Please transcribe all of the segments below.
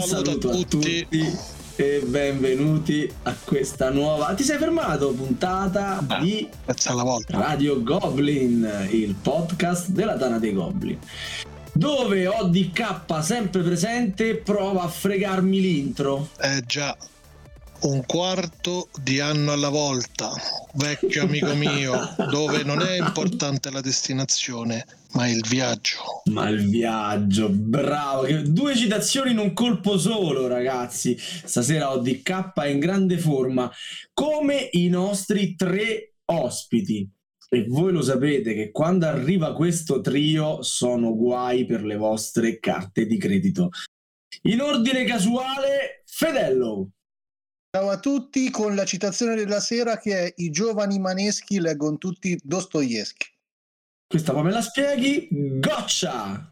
saluto a tutti e benvenuti a questa nuova... Ti sei fermato? Puntata di Radio Goblin, il podcast della Tana dei Goblin, dove ODK, sempre presente, prova a fregarmi l'intro. Già, un quarto di anno alla volta, vecchio amico mio, dove non è importante la destinazione, ma il viaggio. Ma il viaggio, bravo, 2 citazioni in un colpo solo, ragazzi. Stasera ODK è in grande forma, come i nostri 3 ospiti. E voi lo sapete che quando arriva questo trio sono guai per le vostre carte di credito. In ordine casuale, Fedello. Ciao a tutti, con la citazione della sera che è: i giovani maneschi leggono tutti Dostoevskij. Questa poi me la spieghi? Goccia!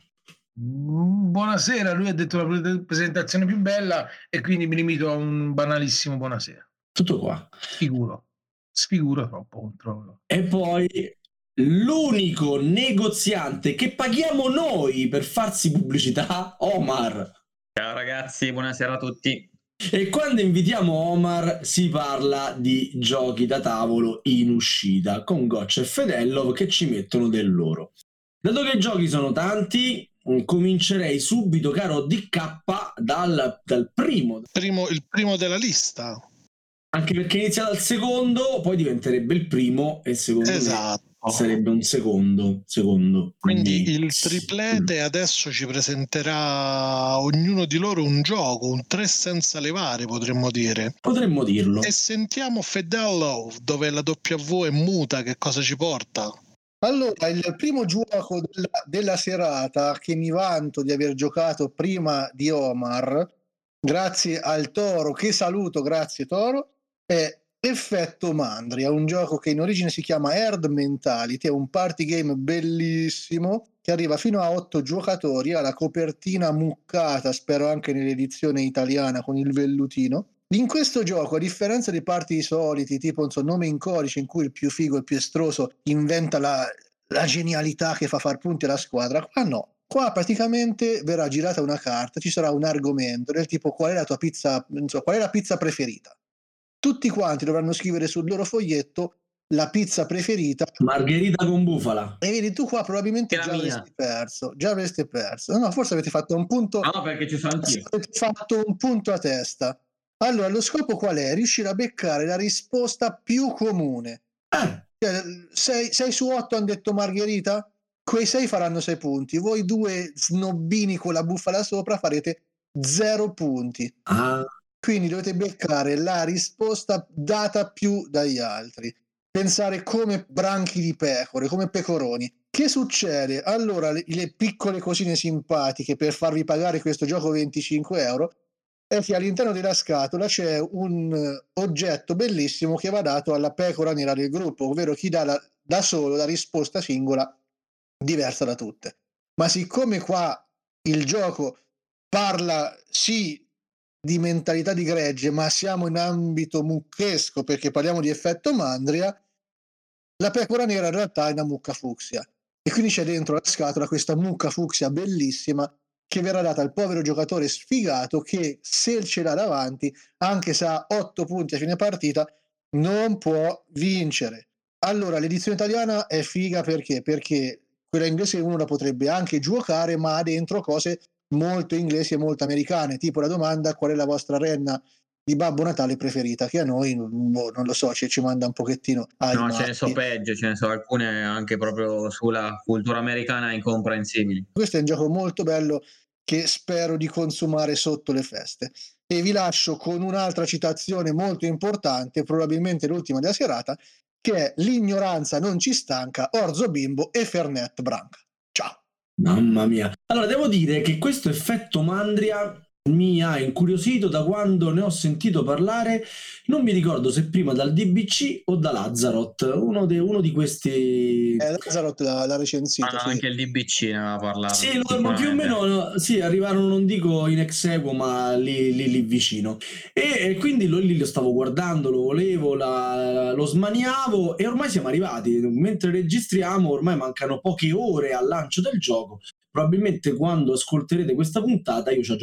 Buonasera, lui ha detto la presentazione più bella e quindi mi limito a un banalissimo buonasera. Tutto qua. Sfiguro troppo. E poi l'unico negoziante che paghiamo noi per farsi pubblicità, Omar. Ciao ragazzi, buonasera a tutti. E quando invitiamo Omar si parla di giochi da tavolo in uscita, con Goccia e Fedello che ci mettono del loro. Dato che i giochi sono tanti, comincerei subito, caro DK, dal primo. Il primo della lista. Anche perché inizia dal secondo, poi diventerebbe il primo e secondo me sarebbe un secondo. Quindi il triplete adesso ci presenterà ognuno di loro un gioco, un 3 senza levare, potremmo dire. Potremmo dirlo. E sentiamo Fedello, dove la W è muta, che cosa ci porta? Allora, il primo gioco della serata, che mi vanto di aver giocato prima di Omar, grazie al Toro, che saluto, grazie Toro, è Effetto Mandria, un gioco che in origine si chiama Herd Mentality, è un party game bellissimo che arriva fino a 8 giocatori, ha la copertina muccata, spero anche nell'edizione italiana con il vellutino. In questo gioco, a differenza dei party soliti, tipo nome in codice, in cui il più figo e il più estroso inventa la genialità che fa far punti alla squadra, qua no. Qua praticamente verrà girata una carta, ci sarà un argomento del tipo: qual è la tua pizza, qual è la pizza preferita? Tutti quanti dovranno scrivere sul loro foglietto la pizza preferita. Margherita con bufala. E vedi, tu qua probabilmente già avresti perso. No, forse avete fatto un punto. No, perché ci sono anch'io. Avete fatto un punto a testa. Allora, lo scopo qual è? Riuscire a beccare la risposta più comune. 6 su 8 hanno detto Margherita? Quei 6 faranno 6 punti. Voi 2 snobbini con la bufala sopra farete 0 punti. Quindi dovete beccare la risposta data più dagli altri. Pensare come branchi di pecore, come pecoroni. Che succede? Allora, le piccole cosine simpatiche per farvi pagare questo gioco 25 euro è che all'interno della scatola c'è un oggetto bellissimo che va dato alla pecora nera del gruppo, ovvero chi dà da solo la risposta singola diversa da tutte. Ma siccome qua il gioco parla sì di mentalità di gregge, ma siamo in ambito mucchesco perché parliamo di Effetto Mandria, la pecora nera in realtà è una mucca fucsia e quindi c'è dentro la scatola questa mucca fucsia bellissima che verrà data al povero giocatore sfigato che, se ce l'ha davanti, anche se ha 8 punti a fine partita, non può vincere. Allora, l'edizione italiana è figa perché quella inglese uno la potrebbe anche giocare, ma ha dentro cose molto inglesi e molto americane, tipo la domanda: qual è la vostra renna di Babbo Natale preferita, che a noi non lo so, ci manda un pochettino ai no, matti. ce ne so peggio, ce ne so alcune anche proprio sulla cultura americana incomprensibili. Questo è un gioco molto bello che spero di consumare sotto le feste, e vi lascio con un'altra citazione molto importante, probabilmente l'ultima della serata, che è: l'ignoranza non ci stanca, Orzo Bimbo e Fernet Branca. Ciao. Mamma mia. Allora, devo dire che questo Effetto Mandria mi ha incuriosito da quando ne ho sentito parlare, non mi ricordo se prima dal DBC o da Lazarot, uno di questi... Lazarot l'ha recensito. Sì. Anche il DBC ne aveva parlato. Sì, ma più o meno sì, arrivarono, non dico in ex equo, ma lì vicino. E quindi lì lo stavo guardando, lo volevo, lo smaniavo, e ormai siamo arrivati. Mentre registriamo, ormai mancano poche ore al lancio del gioco. Probabilmente quando ascolterete questa puntata io ci avrò fatto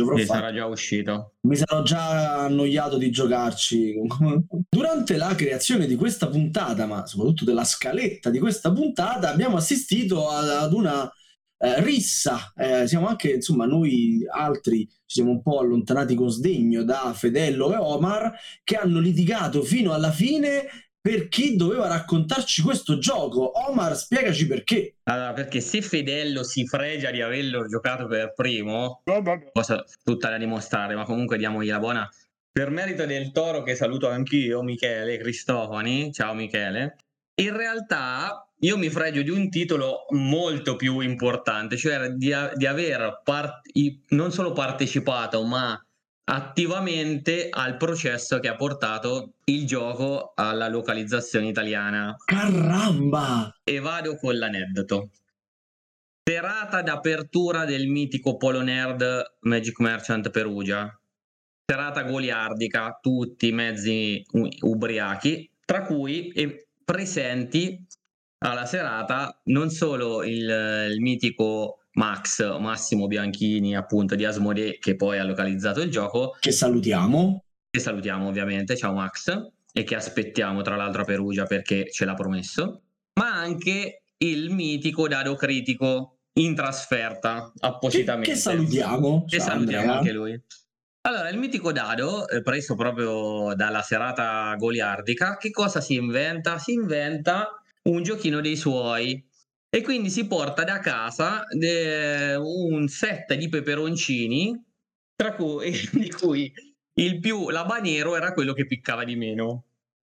sarà già uscito. Mi sarò già annoiato di giocarci. Durante la creazione di questa puntata, ma soprattutto della scaletta di questa puntata, abbiamo assistito ad una rissa. Siamo anche, insomma, noi altri ci siamo un po' allontanati con sdegno da Fedello e Omar, che hanno litigato fino alla fine per chi doveva raccontarci questo gioco. Omar, spiegaci perché. Allora, perché se Fedello si fregia di averlo giocato per primo, cosa tutta da dimostrare, ma comunque diamogli la buona. Per merito del Toro, che saluto anch'io, Michele Cristofani, ciao Michele, in realtà io mi fregio di un titolo molto più importante, cioè di aver non solo partecipato, ma attivamente al processo che ha portato il gioco alla localizzazione italiana. Caramba! E vado con l'aneddoto. Serata d'apertura del mitico Polo Nerd Magic Merchant Perugia. Serata goliardica, tutti mezzi ubriachi, tra cui presenti alla serata non solo il mitico Massimo Bianchini, appunto, di Asmodee, che poi ha localizzato il gioco, che salutiamo ovviamente, ciao Max, e che aspettiamo tra l'altro a Perugia perché ce l'ha promesso, ma anche il mitico Dado Critico in trasferta appositamente, che salutiamo, che salutiamo anche lui. Allora, il mitico Dado, preso proprio dalla serata goliardica, che cosa si inventa? Si inventa un giochino dei suoi, e quindi si porta da casa un set di peperoncini, di cui il più labanero era quello che piccava di meno.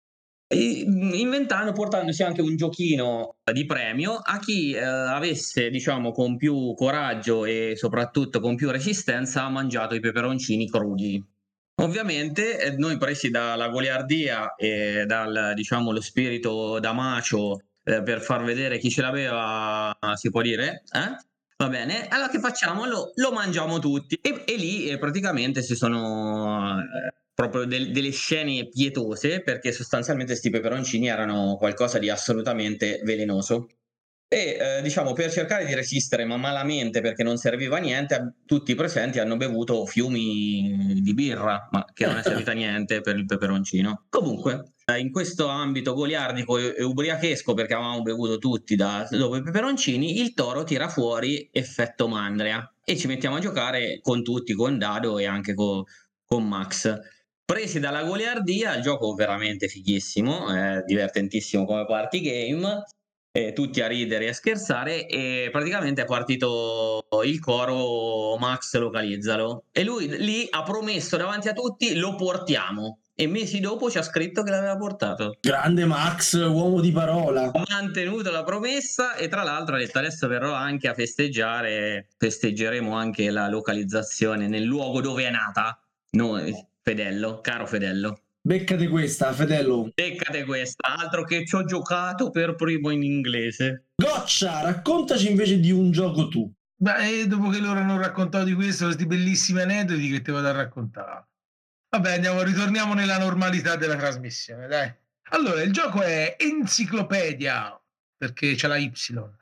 Portandosi anche un giochino di premio a chi avesse, diciamo, con più coraggio e soprattutto con più resistenza mangiato i peperoncini crudi. Ovviamente noi, presi dalla goliardia e dal, diciamo, lo spirito da macio, per far vedere chi ce l'aveva, si può dire? Va bene, allora che facciamo? Lo mangiamo tutti, e lì praticamente si sono proprio delle scene pietose, perché sostanzialmente questi peperoncini erano qualcosa di assolutamente velenoso. E diciamo, per cercare di resistere, ma malamente, perché non serviva a niente, tutti i presenti hanno bevuto fiumi di birra, ma che non è servita a niente per il peperoncino. Comunque, in questo ambito goliardico e ubriachesco, perché avevamo bevuto tutti dopo i peperoncini, il Toro tira fuori effetto mandria e ci mettiamo a giocare con tutti, con Dado e anche con Max. Presi dalla goliardia, il gioco veramente fighissimo, divertentissimo come party game, tutti a ridere e a scherzare, e praticamente è partito il coro Max localizzalo, e lui lì ha promesso davanti a tutti lo portiamo, e mesi dopo ci ha scritto che l'aveva portato. Grande Max, uomo di parola. Ha mantenuto la promessa, e tra l'altro ha detto adesso verrò anche a festeggeremo anche la localizzazione nel luogo dove è nata. Noi, Fedello, caro Fedello. Beccate questa, Fedello. Beccate questa, altro che ci ho giocato per primo in inglese. Goccia, raccontaci invece di un gioco tu. Beh, dopo che loro hanno raccontato di questo, questi bellissimi aneddoti, che te vado a raccontare? Vabbè, ritorniamo nella normalità della trasmissione, dai. Allora, il gioco è Enciclopedia, perché c'è la Y.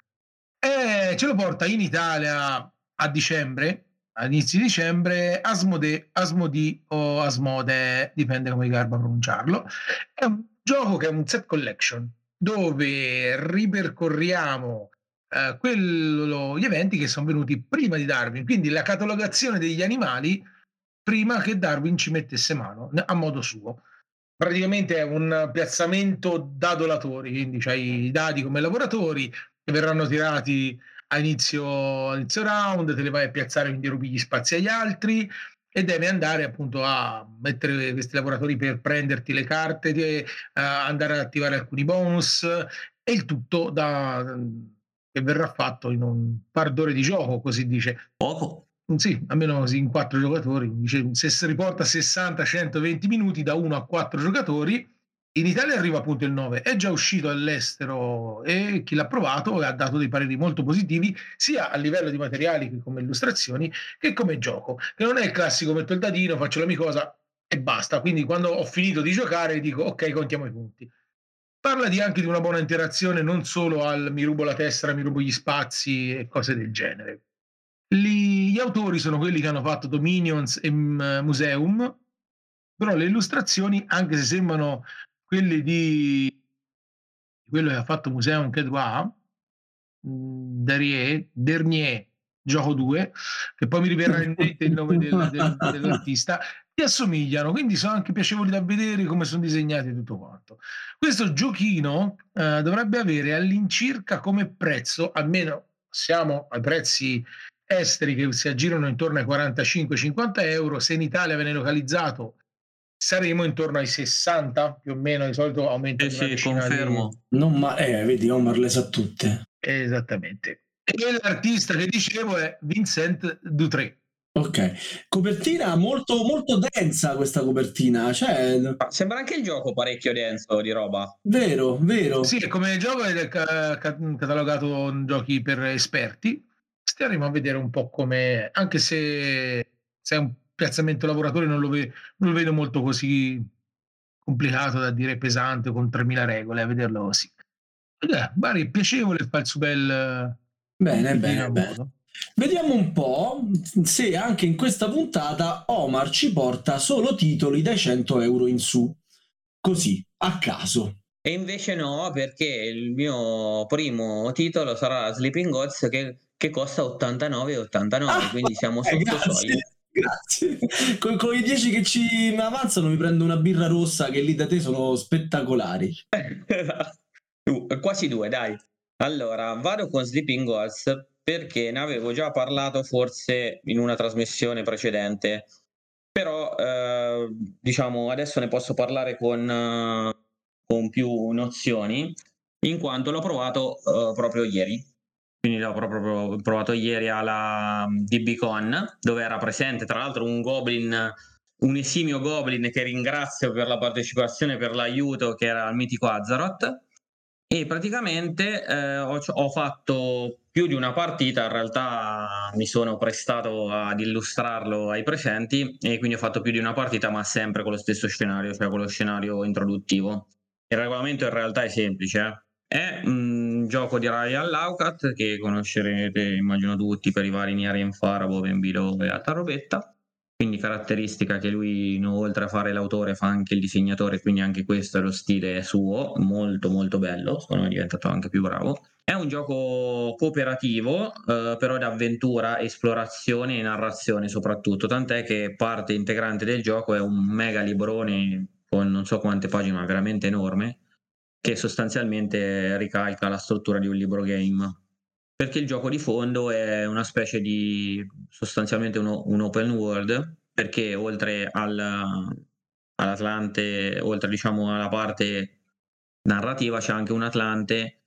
E ce lo porta in Italia a dicembre, all'inizio di dicembre, Asmodee o Asmode, dipende come garba pronunciarlo. È un gioco che è un set collection, dove ripercorriamo gli eventi che sono venuti prima di Darwin, quindi la catalogazione degli animali prima che Darwin ci mettesse mano a modo suo. Praticamente è un piazzamento dadolatori, quindi c'hai i dadi come lavoratori che verranno tirati a inizio round, te le vai a piazzare, quindi rubi gli spazi agli altri, e devi andare appunto a mettere questi lavoratori per prenderti le carte, andare ad attivare alcuni bonus, e il tutto che verrà fatto in un par d'ore di gioco, così dice. Poco. Sì, almeno così, in 4 giocatori. Dice, se si riporta 60-120 minuti da 1 a 4 giocatori. In Italia arriva appunto il 9, è già uscito all'estero, e chi l'ha provato ha dato dei pareri molto positivi, sia a livello di materiali che come illustrazioni, che come gioco, che non è il classico metto il dadino, faccio la mia cosa e basta. Quindi quando ho finito di giocare dico ok, contiamo i punti. Parla anche di una buona interazione, non solo al mi rubo la tessera, mi rubo gli spazi e cose del genere. Gli gli autori sono quelli che hanno fatto Dominions e Museum, però le illustrazioni, anche se sembrano quelle di quello che ha fatto Museum che Dernier, gioco 2, che poi mi riverrà in mente il nome dell'artista, ti assomigliano, quindi sono anche piacevoli da vedere come sono disegnati e tutto quanto. Questo giochino dovrebbe avere all'incirca come prezzo, almeno siamo ai prezzi esteri che si aggirano intorno ai 45-50 euro, se in Italia viene localizzato saremo intorno ai 60 più o meno, di solito aumenta Sì, confermo. Vedi, Omar le sa tutte. Esattamente. E l'artista che dicevo è Vincent Dutré. Ok, copertina molto, molto densa questa copertina, cioè... Sembra anche il gioco parecchio denso di roba. Vero. Sì, come gioco è catalogato giochi per esperti. Staremo a vedere un po' come, anche se è un piazzamento lavoratore non lo vedo molto così complicato da dire, pesante con 3000 regole, a vederlo così. È piacevole, fa il suo bel Bene. modo. Vediamo un po' se anche in questa puntata Omar ci porta solo titoli dai 100 euro in su, così, a caso. E invece no, perché il mio primo titolo sarà Sleeping Gods che costa 89,89, quindi siamo sotto soglia. Grazie. Con i 10 che ci avanzano mi prendo una birra rossa che lì da te sono spettacolari. Quasi 2, dai. Allora, vado con Sleeping Gods perché ne avevo già parlato forse in una trasmissione precedente, però diciamo adesso ne posso parlare con più nozioni, in quanto l'ho provato proprio ieri. Quindi l'ho proprio provato ieri alla DBCon, dove era presente tra l'altro un esimio Goblin che ringrazio per la partecipazione, per l'aiuto, che era il mitico Azeroth. E praticamente ho fatto più di una partita, in realtà mi sono prestato ad illustrarlo ai presenti e quindi ho fatto più di una partita, ma sempre con lo stesso scenario, cioè con lo scenario introduttivo. Il regolamento in realtà è semplice, è un gioco di Ryan Laukat che conoscerete immagino tutti per i vari Nier Farabo, Benbilo e altra robetta. Quindi caratteristica che lui, oltre a fare l'autore, fa anche il disegnatore, quindi anche questo è lo stile suo, molto molto bello, secondo me è diventato anche più bravo. È un gioco cooperativo, però d'avventura, esplorazione e narrazione soprattutto, tant'è che parte integrante del gioco è un mega librone con non so quante pagine, ma veramente enorme, che sostanzialmente ricalca la struttura di un libro game. Perché il gioco di fondo è una specie di sostanzialmente un open world, perché oltre all'Atlante, oltre diciamo alla parte narrativa, c'è anche un Atlante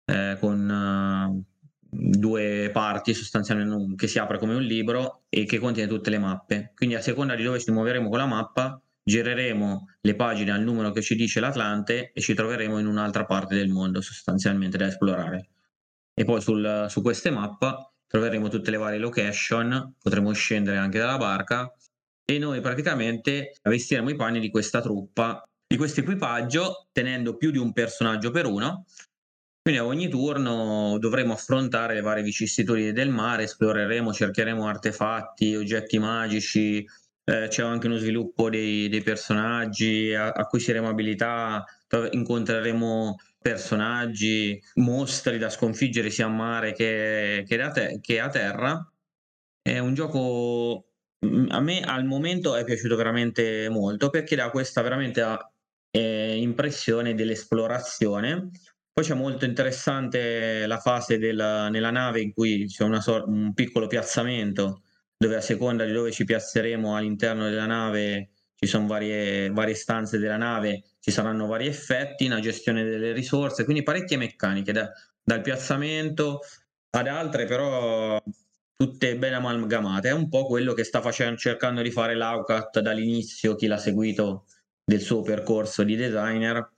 con due parti sostanzialmente che si apre come un libro e che contiene tutte le mappe. Quindi a seconda di dove ci muoveremo con la mappa, gireremo le pagine al numero che ci dice l'Atlante e ci troveremo in un'altra parte del mondo sostanzialmente da esplorare. E poi su queste mappe troveremo tutte le varie location, potremo scendere anche dalla barca e noi praticamente vestiremo i panni di questa truppa, di questo equipaggio, tenendo più di un personaggio per uno. Quindi a ogni turno dovremo affrontare le varie vicissitudini del mare, esploreremo, cercheremo artefatti, oggetti magici, c'è anche uno sviluppo dei personaggi, acquisiremo abilità, incontreremo personaggi, mostri da sconfiggere sia a mare che a terra. È un gioco, a me al momento è piaciuto veramente molto perché dà questa veramente impressione dell'esplorazione. Poi c'è molto interessante la fase nella nave in cui c'è un piccolo piazzamento dove a seconda di dove ci piazzeremo all'interno della nave ci sono varie stanze della nave, ci saranno vari effetti, una gestione delle risorse, quindi parecchie meccaniche dal piazzamento ad altre, però tutte ben amalgamate. È un po' quello che sta cercando di fare Laukat dall'inizio, chi l'ha seguito del suo percorso di designer.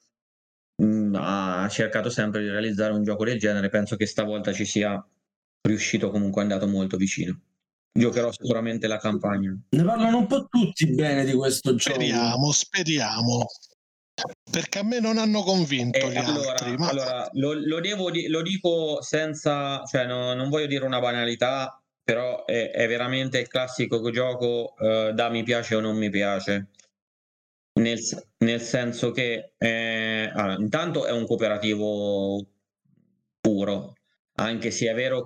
Ha cercato sempre di realizzare un gioco del genere, penso che stavolta ci sia riuscito, comunque è andato molto vicino. Giocherò sicuramente la campagna. Ne parlano un po' tutti bene di questo gioco. Speriamo. Perché a me non hanno convinto gli altri. Ma... Allora, lo dico senza, cioè non voglio dire una banalità, però è veramente il classico gioco da mi piace o non mi piace. Nel senso che allora, intanto è un cooperativo puro, anche se è vero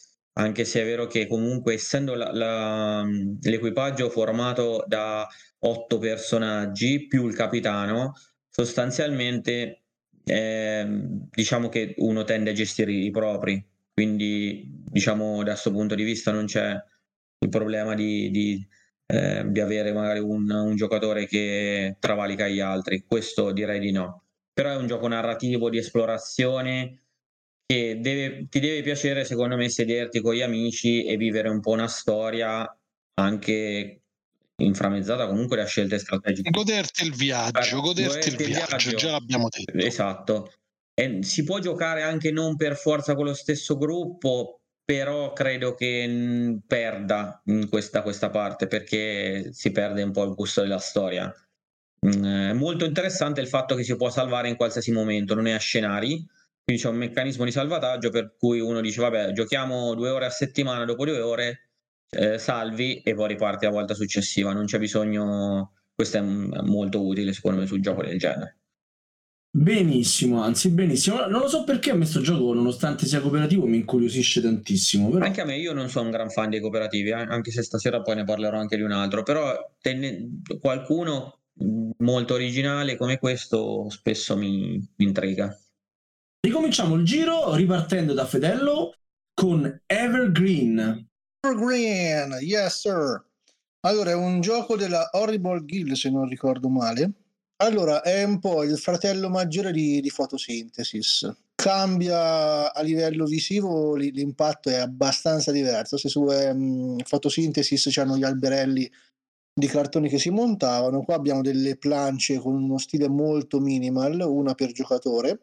che comunque essendo l'equipaggio formato da 8 personaggi più il capitano, sostanzialmente diciamo che uno tende a gestire i propri, quindi diciamo da 'sto punto di vista non c'è il problema di avere magari un giocatore che travalica gli altri, questo direi di no. Però è un gioco narrativo di esplorazione che ti deve piacere, secondo me, sederti con gli amici e vivere un po' una storia anche inframmezzata comunque da scelte strategiche. Goderti il viaggio, già l'abbiamo detto. Esatto. Si può giocare anche non per forza con lo stesso gruppo, però credo che perda in questa parte, perché si perde un po' il gusto della storia. È molto interessante il fatto che si può salvare in qualsiasi momento, non è a scenari, quindi c'è un meccanismo di salvataggio per cui uno dice: "Vabbè, giochiamo 2 ore a settimana, dopo 2 ore, salvi e poi riparti la volta successiva." Non c'è bisogno, questo è molto utile secondo me su un gioco del genere. Benissimo, anzi benissimo. Non lo so perché a me sto gioco, nonostante sia cooperativo, mi incuriosisce tantissimo. Però... Anche a me, io non sono un gran fan dei cooperativi, anche se stasera poi ne parlerò anche di un altro, però qualcuno molto originale come questo spesso mi intriga. Ricominciamo il giro ripartendo da Fedello con Evergreen. Evergreen, yes sir. Allora, è un gioco della Horrible Guild, se non ricordo male. Allora, è un po' il fratello maggiore di Photosynthesis. Cambia a livello visivo, l'impatto è abbastanza diverso. Se su Photosynthesis c'hanno gli alberelli di cartoni che si montavano, qua abbiamo delle planche con uno stile molto minimal, una per giocatore,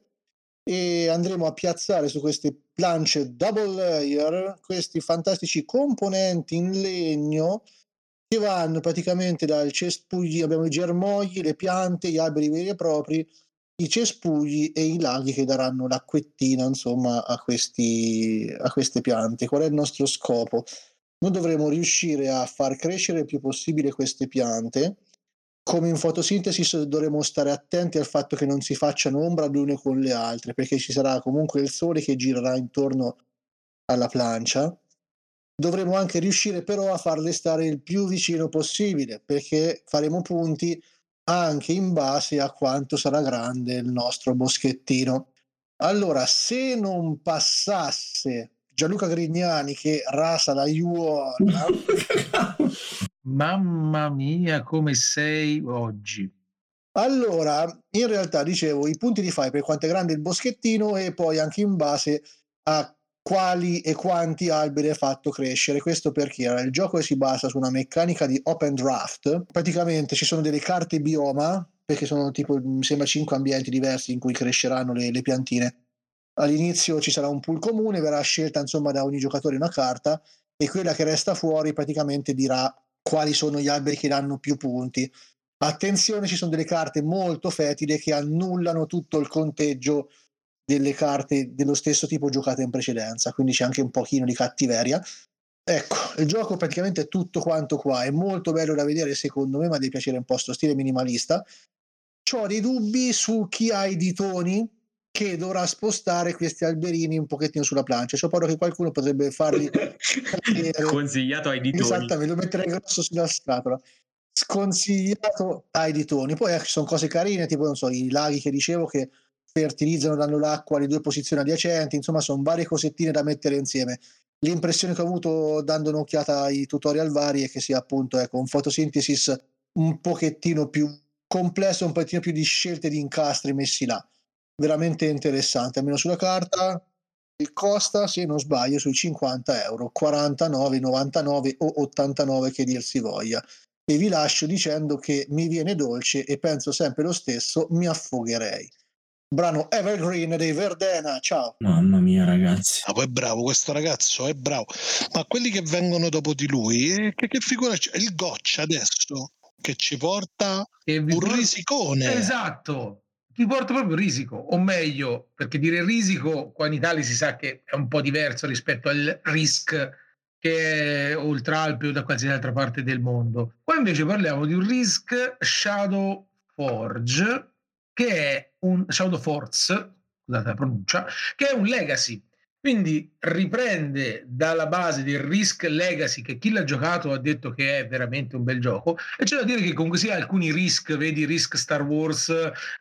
e andremo a piazzare su queste planche double layer questi fantastici componenti in legno che vanno praticamente dal cespuglio, abbiamo i germogli, le piante, gli alberi veri e propri, i cespugli e i laghi che daranno l'acquettina, insomma, a queste piante. Qual è il nostro scopo? Noi dovremo riuscire a far crescere il più possibile queste piante. Come in fotosintesi dovremo stare attenti al fatto che non si facciano ombra le une con le altre, perché ci sarà comunque il sole che girerà intorno alla plancia. Dovremo anche riuscire però a farle stare il più vicino possibile, perché faremo punti anche in base a quanto sarà grande il nostro boschettino. Allora, se non passasse Gianluca Grignani che rasa la aiuola, Mamma mia, come sei oggi. allora, in realtà dicevo, i punti li fai per quanto è grande il boschettino e poi anche in base a quali e quanti alberi hai fatto crescere. Questo perché il gioco si basa su una meccanica di open draft. Praticamente ci sono delle carte bioma, perché sono tipo, mi sembra, 5 ambienti diversi in cui cresceranno le piantine. All'inizio ci sarà un pool comune, verrà scelta insomma da ogni giocatore una carta e quella che resta fuori praticamente dirà quali sono gli alberi che danno più punti. Attenzione, ci sono delle carte molto fetide che annullano tutto il conteggio delle carte dello stesso tipo giocate in precedenza, quindi c'è anche un pochino di cattiveria. Ecco, il gioco praticamente è tutto quanto qua, è molto bello da vedere secondo me, ma deve piacere un po' sto stile minimalista. C'ho dei dubbi su chi ha i ditoni che dovrà spostare questi alberini un pochettino sulla plancia. C'ho paura che qualcuno potrebbe farli consigliato ai ditoni. Esattamente, lo metterei grosso sulla scatola. Sconsigliato ai ditoni. Poi ci sono cose carine, tipo non so, i laghi che dicevo che fertilizzano, danno l'acqua alle 2 posizioni adiacenti, insomma sono varie cosettine da mettere insieme. L'impressione che ho avuto dando un'occhiata ai tutorial vari è che sia appunto un Photosynthesis un pochettino più complesso, un pochettino più di scelte di incastri messi là. Veramente interessante, almeno sulla carta. Costa, se non sbaglio, sui 50 euro, 49,99 o 89 che dir si voglia. E vi lascio dicendo che mi viene dolce e penso sempre lo stesso, mi affogherei. Brano Evergreen dei Verdena, ciao. Mamma mia ragazzi. È bravo, questo ragazzo è bravo. Ma quelli che vengono dopo di lui, che figura c'è? Il Goccia adesso, che ci porta un risicone. Esatto, ti porta proprio risico, o meglio, perché dire risico qua in Italia si sa che è un po' diverso rispetto al risk che è oltre Alpi o da qualsiasi altra parte del mondo. Qua invece parliamo di un Risk Shadow Forge, che è un Shadow Force, scusate la pronuncia, che è un Legacy. Quindi riprende dalla base del Risk Legacy, che chi l'ha giocato ha detto che è veramente un bel gioco, e c'è da dire che comunque sia alcuni Risk, vedi Risk Star Wars,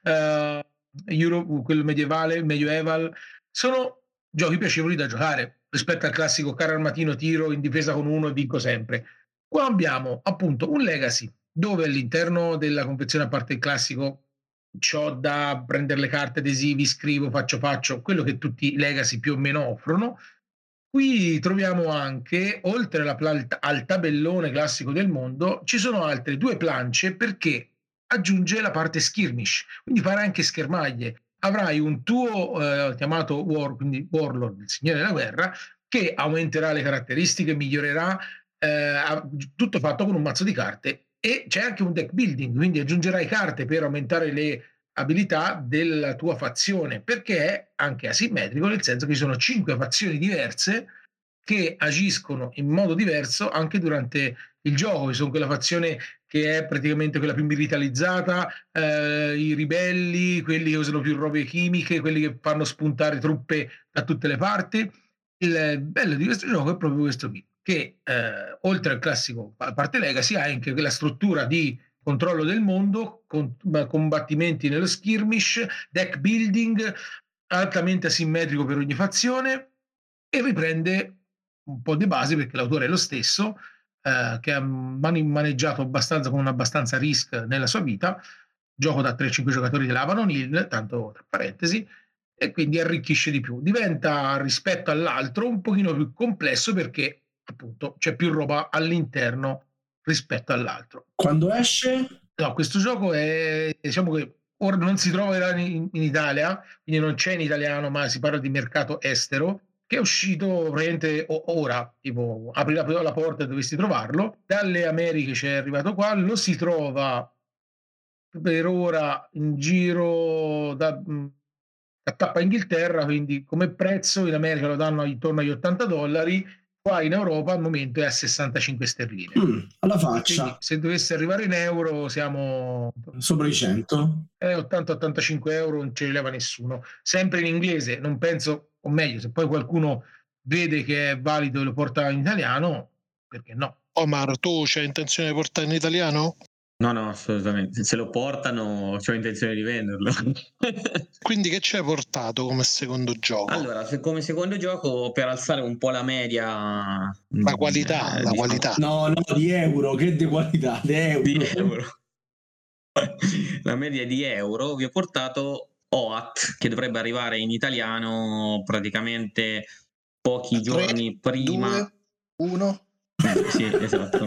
quello medievale, medieval, sono giochi piacevoli da giocare rispetto al classico carro armatino, tiro in difesa con uno e vinco sempre. Qua abbiamo appunto un Legacy dove all'interno della confezione, a parte il classico c'ho da prendere le carte, adesivi, scrivo, faccio quello che tutti i Legacy più o meno offrono. Qui troviamo anche, oltre al tabellone classico del mondo, ci sono altre 2 planche perché aggiunge la parte skirmish, quindi fare anche schermaglie. Avrai un tuo chiamato quindi Warlord, il signore della guerra, che aumenterà le caratteristiche, migliorerà, tutto fatto con un mazzo di carte, e c'è anche un deck building, quindi aggiungerai carte per aumentare le abilità della tua fazione, perché è anche asimmetrico, nel senso che ci sono 5 fazioni diverse che agiscono in modo diverso anche durante il gioco. Ci sono quella fazione che è praticamente quella più militarizzata, i ribelli, quelli che usano più robe chimiche, quelli che fanno spuntare truppe da tutte le parti. Il bello di questo gioco è proprio questo qui, che oltre al classico, a parte Legacy, ha anche quella struttura di controllo del mondo, combattimenti nello skirmish, deck building altamente asimmetrico per ogni fazione, e riprende un po' di basi perché l'autore è lo stesso, che ha maneggiato abbastanza con abbastanza risk nella sua vita, gioco da 3-5 giocatori dell'Avalon Hill, tanto tra parentesi, e quindi arricchisce di più. Diventa rispetto all'altro un pochino più complesso perché appunto c'è più roba all'interno rispetto all'altro. Quando esce? No, questo gioco è, diciamo che ora non si trova in Italia, quindi non c'è in italiano, ma si parla di mercato estero, che è uscito praticamente ora, tipo apri la porta e dovresti trovarlo. Dalle Americhe c'è arrivato qua, lo si trova per ora in giro da tappa Inghilterra, quindi come prezzo in America lo danno intorno agli $80, qua in Europa al momento è a 65 sterline. Alla faccia. Quindi, se dovesse arrivare in euro siamo sopra i 100. 80-85 euro non ce li leva nessuno, sempre in inglese. Non penso, o meglio, se poi qualcuno vede che è valido e lo porta in italiano, perché no? Omar, tu c'hai intenzione di portare in italiano? No, assolutamente. Se lo portano, ho intenzione di venderlo. Quindi che ci hai portato come secondo gioco? Allora, come secondo gioco, per alzare un po' la media... La qualità, la qualità. No, di euro, che di qualità? Di euro. La media di euro, vi ho portato OAT, che dovrebbe arrivare in italiano praticamente pochi giorni prima. 2, 1. Sì, esatto.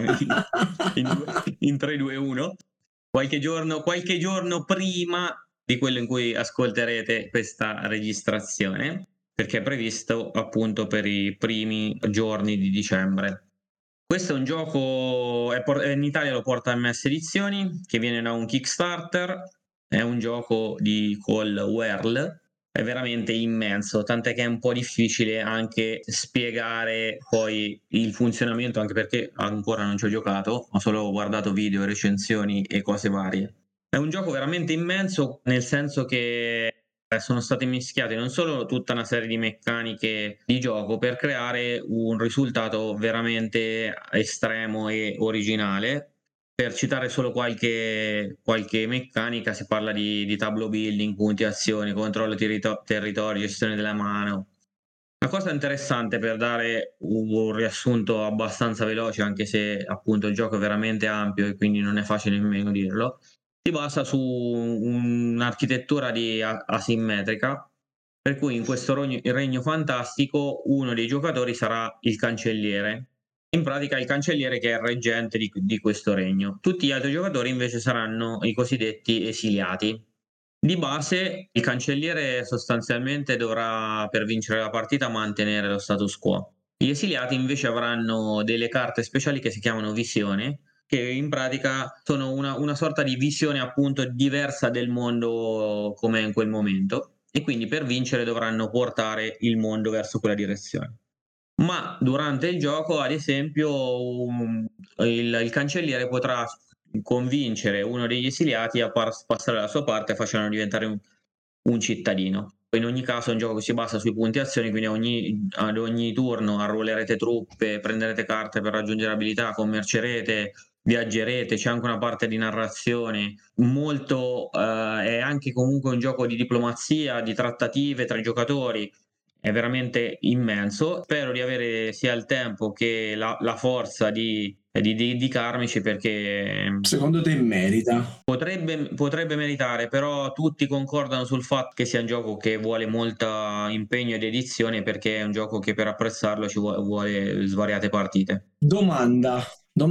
In 3, 2, 1. Qualche giorno prima di quello in cui ascolterete questa registrazione, perché è previsto appunto per i primi giorni di dicembre. Questo è un gioco, in Italia lo porta MS Edizioni, che viene da un Kickstarter, è un gioco di Call Whirl, è veramente immenso, tant'è che è un po' difficile anche spiegare poi il funzionamento, anche perché ancora non ci ho giocato, ho solo guardato video, recensioni e cose varie. È un gioco veramente immenso, nel senso che sono state mischiate non solo tutta una serie di meccaniche di gioco per creare un risultato veramente estremo e originale. Per citare solo qualche meccanica, si parla di tableau building, punti azioni, controllo territorio, gestione della mano. La cosa interessante, per dare un riassunto abbastanza veloce, anche se appunto il gioco è veramente ampio e quindi non è facile nemmeno dirlo, si basa su un'architettura asimmetrica, per cui in questo regno fantastico uno dei giocatori sarà il cancelliere. In pratica il cancelliere, che è il reggente di questo regno. Tutti gli altri giocatori invece saranno i cosiddetti esiliati. Di base il cancelliere sostanzialmente dovrà, per vincere la partita, mantenere lo status quo. Gli esiliati invece avranno delle carte speciali che si chiamano visioni, che in pratica sono una sorta di visione appunto diversa del mondo come in quel momento, e quindi per vincere dovranno portare il mondo verso quella direzione. ma durante il gioco, ad esempio, il cancelliere potrà convincere uno degli esiliati a passare dalla sua parte facendolo diventare un cittadino. In ogni caso è un gioco che si basa sui punti azioni, quindi ad ogni turno arruolerete truppe, prenderete carte per raggiungere abilità, commercerete, viaggerete, c'è anche una parte di narrazione molto, è anche comunque un gioco di diplomazia, di trattative tra i giocatori, è veramente immenso. Spero di avere sia il tempo che la forza di dedicarmici, perché Secondo te merita? potrebbe meritare, però tutti concordano sul fatto che sia un gioco che vuole molto impegno ed edizione, perché è un gioco che per apprezzarlo ci vuole svariate partite. Domanda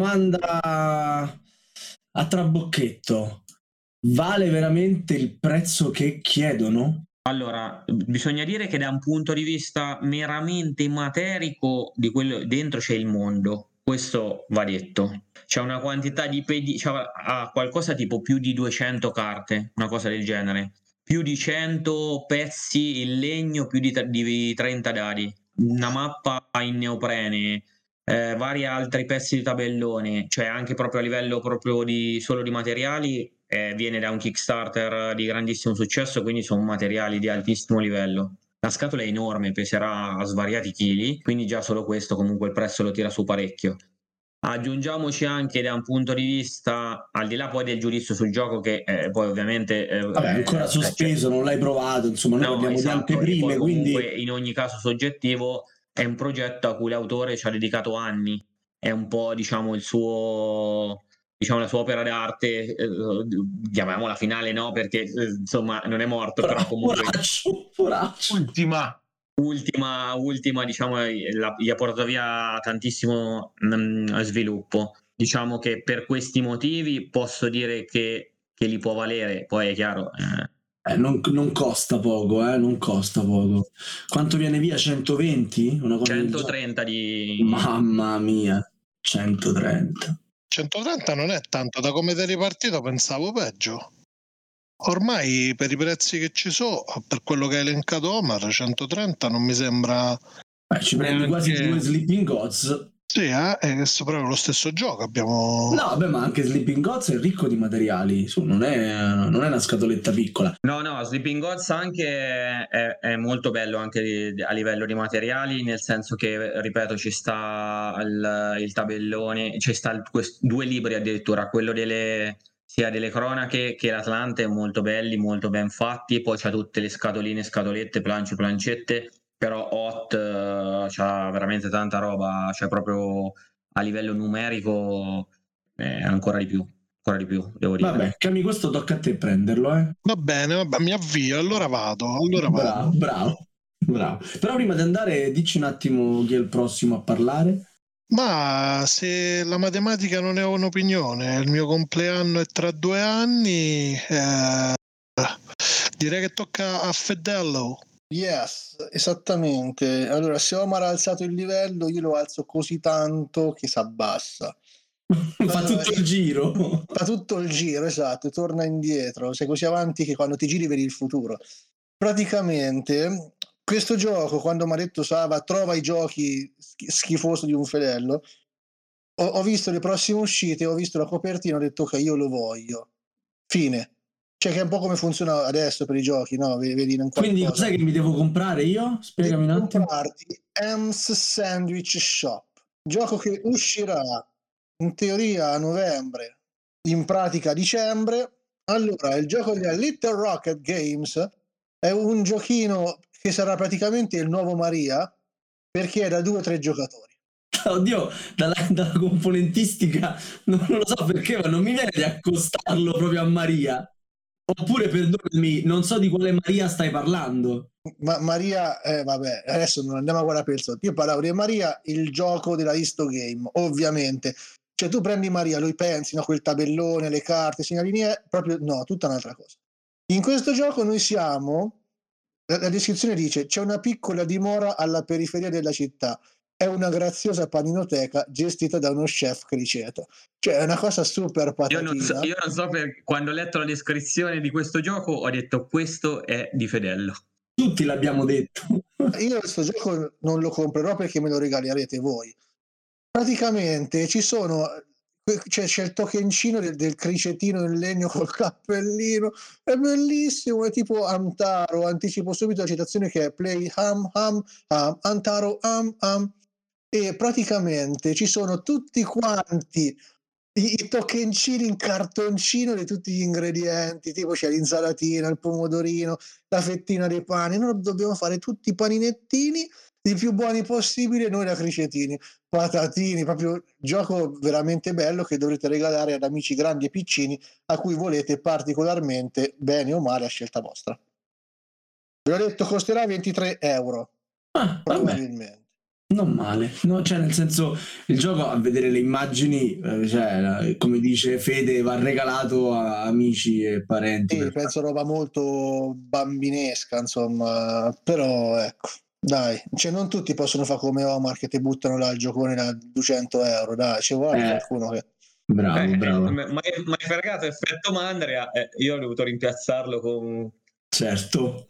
a trabocchetto. Vale veramente il prezzo che chiedono? Allora, bisogna dire che da un punto di vista meramente materico di quello dentro c'è il mondo, questo va detto. C'è una quantità di ha qualcosa tipo più di 200 carte, una cosa del genere, più di 100 pezzi in legno, più di 30 dadi, una mappa in neoprene, vari altri pezzi di tabellone, cioè anche proprio a livello proprio solo di materiali. Viene da un Kickstarter di grandissimo successo, quindi sono materiali di altissimo livello. La scatola è enorme, peserà a svariati chili, quindi già solo questo comunque il prezzo lo tira su parecchio. Aggiungiamoci anche da un punto di vista, al di là poi del giudizio sul gioco, che poi ovviamente Vabbè, è ancora sospeso, non l'hai provato, insomma, noi parliamo di anteprime, e poi quindi comunque in ogni caso soggettivo, è un progetto a cui l'autore ci ha dedicato anni, è un po' diciamo il suo, diciamo la sua opera d'arte, chiamiamola finale, no, perché insomma non è morto, però comunque poraccio. ultima diciamo gli ha portato via tantissimo sviluppo. Diciamo che per questi motivi posso dire che li può valere, poi è chiaro. Non costa poco, non costa poco. Quanto viene via? 120? Una cosa 130 di... Mamma mia, 130. 130 non è tanto, da come ti è ripartito pensavo peggio. Ormai per i prezzi che ci sono, per quello che hai elencato Omar, 130 non mi sembra... Ci prendi quasi 2 Sleeping Gods. Sì, è proprio lo stesso gioco. Abbiamo... No, vabbè, ma anche Sleeping Gods è ricco di materiali, non è una scatoletta piccola. No, Sleeping Gods anche è molto bello anche a livello di materiali, nel senso che, ripeto, ci sta il tabellone, ci sta 2 libri addirittura, quello sia delle cronache che l'Atlante, molto belli, molto ben fatti, poi c'ha tutte le scatoline, scatolette, plancette, però c'ha veramente tanta roba, cioè proprio a livello numerico ancora di più, devo dire. Vabbè, Cami, questo tocca a te prenderlo, Va bene, mi avvio, allora vado. Bravo. Però prima di andare, dici un attimo chi è il prossimo a parlare. Ma se la matematica non è un'opinione, il mio compleanno è tra 2 anni, direi che tocca a Fedello. Yes, esattamente. Allora, se Omar ha alzato il livello, io lo alzo così tanto che si abbassa. Fa tutto il giro. Fa tutto il giro, esatto, torna indietro. Sei così avanti che quando ti giri vedi il futuro. Praticamente, questo gioco, quando mi ha detto Sava, trova i giochi schifoso di un fedello, ho visto le prossime uscite, ho visto la copertina, ho detto ok, io lo voglio. Fine. Cioè che è un po' come funziona adesso per i giochi, no? Vedi in Quindi cos'è che mi devo comprare io? Spiegami un attimo. Comprarti M's Sandwich Shop, gioco che uscirà in teoria a novembre, in pratica a dicembre. Allora, il gioco della Little Rocket Games è un giochino che sarà praticamente il nuovo Maria, perché è da 2 o 3 giocatori. Oddio, dalla componentistica non lo so perché, ma non mi viene di accostarlo proprio a Maria. Oppure, perdonami, non so di quale Maria stai parlando. Ma Maria, vabbè, adesso non andiamo a guardare per il sotto. Io parlavo di Maria, il gioco della Histogame, ovviamente. Cioè tu prendi Maria, lui pensi, no, quel tabellone, le carte, segnalini, proprio no, tutta un'altra cosa. In questo gioco noi siamo, la descrizione dice, c'è una piccola dimora alla periferia della città. È una graziosa paninoteca gestita da uno chef criceto. Cioè è una cosa super patatina. Io non so quando ho letto la descrizione di questo gioco ho detto questo è di Fedello. Tutti l'abbiamo detto. Io questo gioco non lo comprerò perché me lo regalerete voi. Praticamente c'è il tokencino del cricettino in legno col cappellino, è bellissimo, è tipo Amtaro. Anticipo subito la citazione che è Play Amtaro e praticamente ci sono tutti quanti i tokencini in cartoncino di tutti gli ingredienti, tipo c'è l'insalatina, il pomodorino, la fettina dei pani. Noi dobbiamo fare tutti i paninettini i più buoni possibili e noi da cricetini, patatini, proprio gioco veramente bello che dovrete regalare ad amici grandi e piccini a cui volete particolarmente, bene o male, a scelta vostra. Vi ho detto costerà 23 euro probabilmente. Non male, no, cioè nel senso il gioco a vedere le immagini, cioè, come dice Fede, va regalato a amici e parenti. Sì, penso roba molto bambinesca, insomma, però ecco, dai, cioè non tutti possono fare come Omar che ti buttano là il giocone da 200 euro, dai, ci vuole qualcuno che... Bravo. Ma hai fregato effetto Mandria, io ho dovuto rimpiazzarlo con... Certo.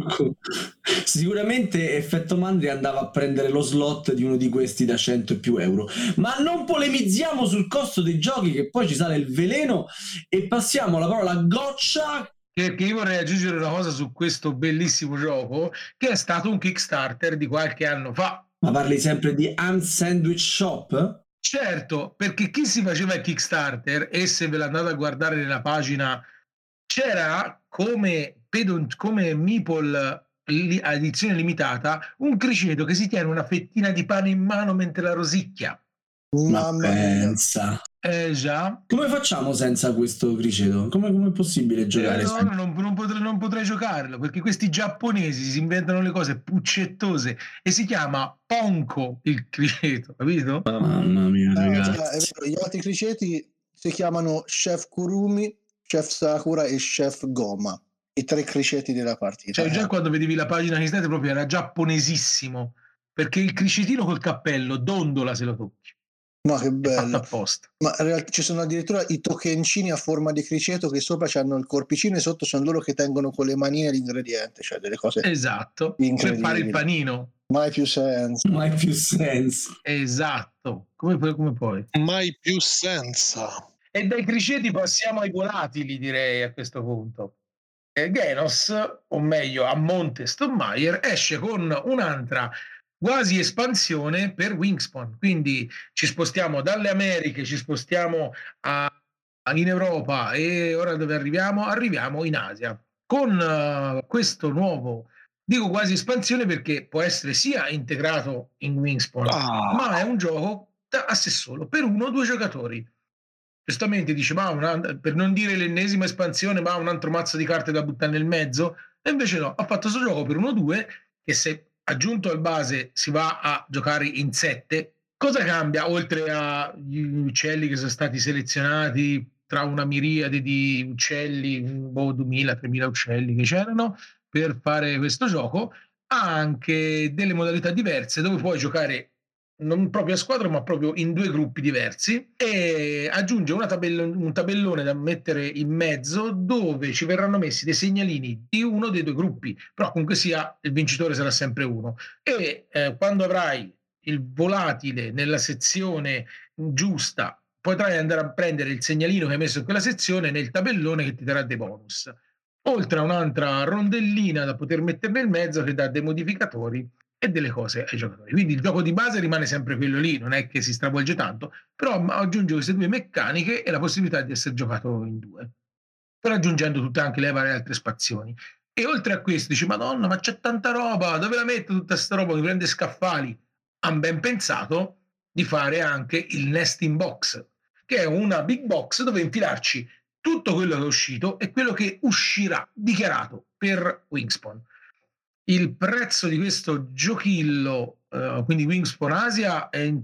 Sicuramente effetto Mandria andava a prendere lo slot di uno di questi da 100 e più euro. Ma non polemizziamo sul costo dei giochi, che poi ci sale il veleno, e passiamo alla parola Goccia. Perché io vorrei aggiungere una cosa su questo bellissimo gioco, che è stato un Kickstarter di qualche anno fa. Ma parli sempre di Hans Sandwich Shop? Certo, perché chi si faceva il Kickstarter, e se ve l'andate a guardare nella pagina, c'era come Meeple edizione limitata un criceto che si tiene una fettina di pane in mano mentre la rosicchia. Mamma pensa. Già. Come facciamo senza questo criceto? Come è possibile giocare? Non potrei giocarlo perché questi giapponesi si inventano le cose puccettose e si chiama Ponko il criceto, capito? Mamma mia, ragazzi. È vero, gli altri criceti si chiamano Chef Kurumi, Chef Sakura e Chef Goma, i 3 criceti della partita. Cioè già quando vedevi la pagina che state proprio era giapponesissimo, perché il cricetino col cappello dondola se lo tocchi. No, che bello. Apposta. Ma in realtà ci sono addirittura i tokencini a forma di criceto che sopra hanno il corpicino e sotto sono loro che tengono con le manine l'ingrediente, cioè delle cose. Esatto, per fare il panino. Mai più senso. Esatto, come poi? Mai più senza. E dai criceti passiamo ai volatili, direi, a questo punto. Genos, o meglio a Monte Stonemaier, esce con un'altra quasi espansione per Wingspan, quindi ci spostiamo dalle Americhe, ci spostiamo in Europa e ora dove arriviamo? Arriviamo in Asia con questo nuovo, dico quasi espansione perché può essere sia integrato in Wingspan, ma è un gioco a sé solo per 1 o 2 giocatori. Giustamente dice, per non dire l'ennesima espansione, ma un altro mazzo di carte da buttare nel mezzo, e invece no, ha fatto questo gioco per 1 o 2 che se aggiunto al base si va a giocare in 7. Cosa cambia oltre agli uccelli che sono stati selezionati tra una miriade di uccelli, 2000-3000 uccelli che c'erano per fare questo gioco? Ha anche delle modalità diverse dove puoi giocare non proprio a squadra ma proprio in 2 gruppi diversi, e aggiunge un tabellone da mettere in mezzo dove ci verranno messi dei segnalini di uno dei 2 gruppi, però comunque sia il vincitore sarà sempre uno, e quando avrai il volatile nella sezione giusta potrai andare a prendere il segnalino che hai messo in quella sezione nel tabellone che ti darà dei bonus, oltre a un'altra rondellina da poter mettere nel mezzo che dà dei modificatori e delle cose ai giocatori. Quindi il gioco di base rimane sempre quello lì, non è che si stravolge tanto, però aggiunge queste 2 meccaniche e la possibilità di essere giocato in 2, però aggiungendo tutte anche le varie altre espansioni. E oltre a questo dici, madonna, ma c'è tanta roba, dove la metto tutta sta roba? Mi prende scaffali. Han ben pensato di fare anche il nesting box, che è una big box dove infilarci tutto quello che è uscito e quello che uscirà dichiarato per Wingspan. Il prezzo di questo giochillo, quindi Wingspan Asia, è